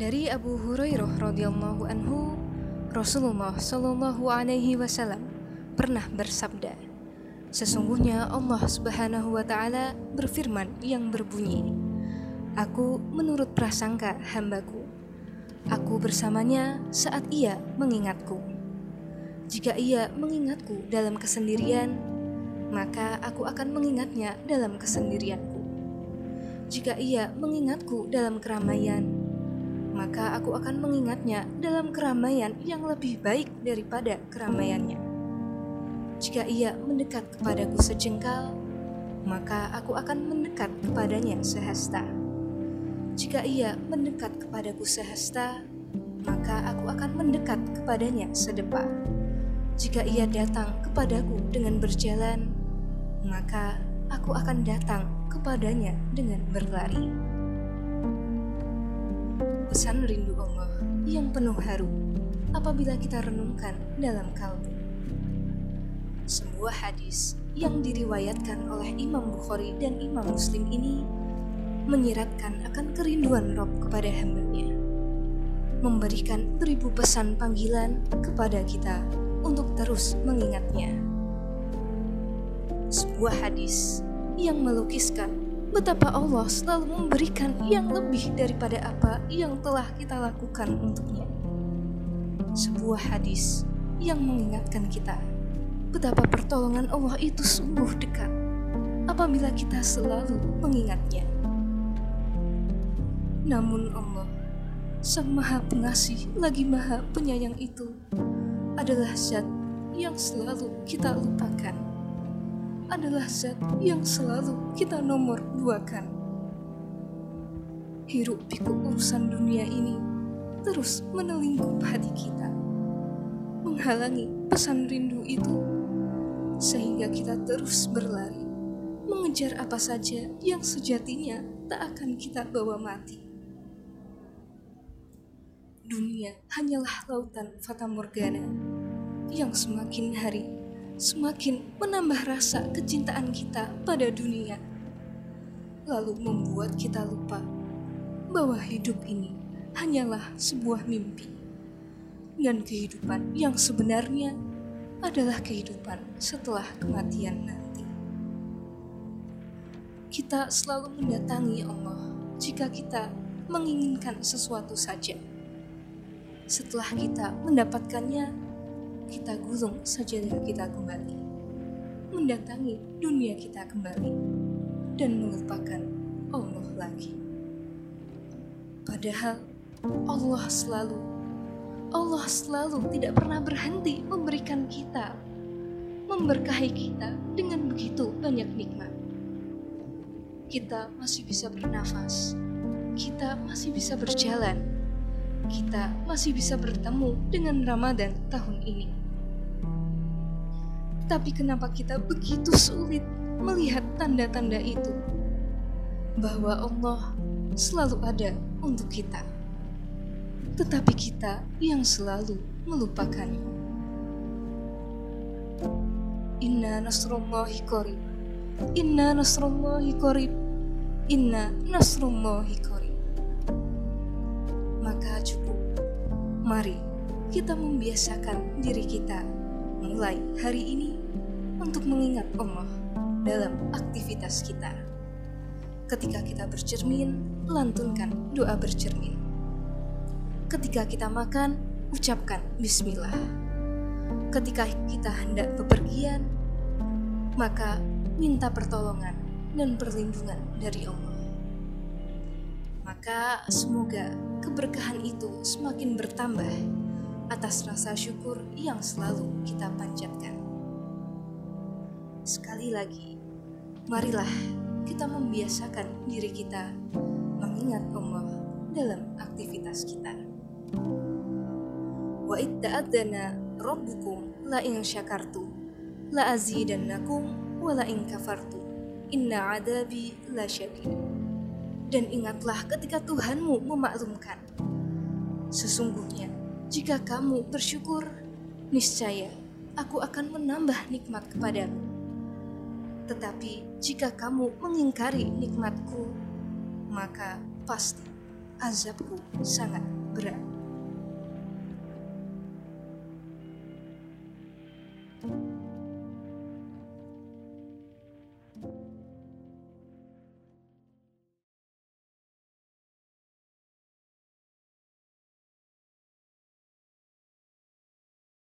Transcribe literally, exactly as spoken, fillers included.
Dari Abu Hurairah radhiyallahu anhu, Rasulullah shallallahu alaihi wasallam pernah bersabda, sesungguhnya Allah Subhanahu wa taala berfirman yang berbunyi, Aku menurut prasangka hambaku, aku bersamanya saat ia mengingatku. Jika ia mengingatku dalam kesendirian, maka aku akan mengingatnya dalam kesendirianku. Jika ia mengingatku dalam keramaian, maka aku akan mengingatnya dalam keramaian yang lebih baik daripada keramaiannya. Jika ia mendekat kepadaku sejengkal, maka aku akan mendekat kepadanya sehasta. Jika ia mendekat kepadaku sehasta, maka aku akan mendekat kepadanya sedepa. Jika ia datang kepadaku dengan berjalan, maka aku akan datang kepadanya dengan berlari. Pesan rindu Allah yang penuh haru apabila kita renungkan dalam kalbu. Sebuah hadis yang diriwayatkan oleh Imam Bukhari dan Imam Muslim ini menyiratkan akan kerinduan Rabb kepada hambanya, memberikan beribu pesan panggilan kepada kita untuk terus mengingatnya. Sebuah hadis yang melukiskan betapa Allah selalu memberikan yang lebih daripada apa yang telah kita lakukan untuknya. Sebuah hadis yang mengingatkan kita betapa pertolongan Allah itu sungguh dekat apabila kita selalu mengingatnya. Namun Allah, Sang Maha Pengasih lagi Maha Penyayang itu adalah zat yang selalu kita lupakan, adalah zat yang selalu kita nomor duakan. Hiruk pikuk urusan dunia ini terus menelingkup hati kita, menghalangi pesan rindu itu, sehingga kita terus berlari, mengejar apa saja yang sejatinya tak akan kita bawa mati. Dunia hanyalah lautan fata morgana yang semakin hari semakin menambah rasa kecintaan kita pada dunia, lalu membuat kita lupa bahwa hidup ini hanyalah sebuah mimpi, dan kehidupan yang sebenarnya adalah kehidupan setelah kematian nanti. Kita selalu mendatangi Allah jika kita menginginkan sesuatu saja. Setelah kita mendapatkannya, kita gulung sajadah kita kembali, mendatangi dunia kita kembali, dan melupakan Allah lagi. Padahal Allah selalu, Allah selalu tidak pernah berhenti memberikan kita, memberkahi kita dengan begitu banyak nikmat. Kita masih bisa bernafas, kita masih bisa berjalan, kita masih bisa bertemu dengan Ramadan tahun ini. Tapi kenapa kita begitu sulit melihat tanda-tanda itu, bahwa Allah selalu ada untuk kita, tetapi kita yang selalu melupakannya. Inna nasrullahi qarib, Inna nasrullahi qarib, Inna nasrullahi qarib. Maka cukup, mari kita membiasakan diri kita mulai hari ini untuk mengingat Allah dalam aktivitas kita. Ketika kita bercermin, lantunkan doa bercermin. Ketika kita makan, ucapkan bismillah. Ketika kita hendak bepergian, maka minta pertolongan dan perlindungan dari Allah. Maka semoga keberkahan itu semakin bertambah atas rasa syukur yang selalu kita panjatkan. Sekali lagi, marilah kita membiasakan diri kita mengingat Allah dalam aktivitas kita. Wa itta'adzana rabbukum la in syakartu la azidannakum wa la in kafartu inna adabi la syadid. Dan ingatlah ketika Tuhanmu memaklumkan, sesungguhnya jika kamu bersyukur, niscaya aku akan menambah nikmat kepadamu. Tetapi jika kamu mengingkari nikmatku, maka pasti azabku sangat berat.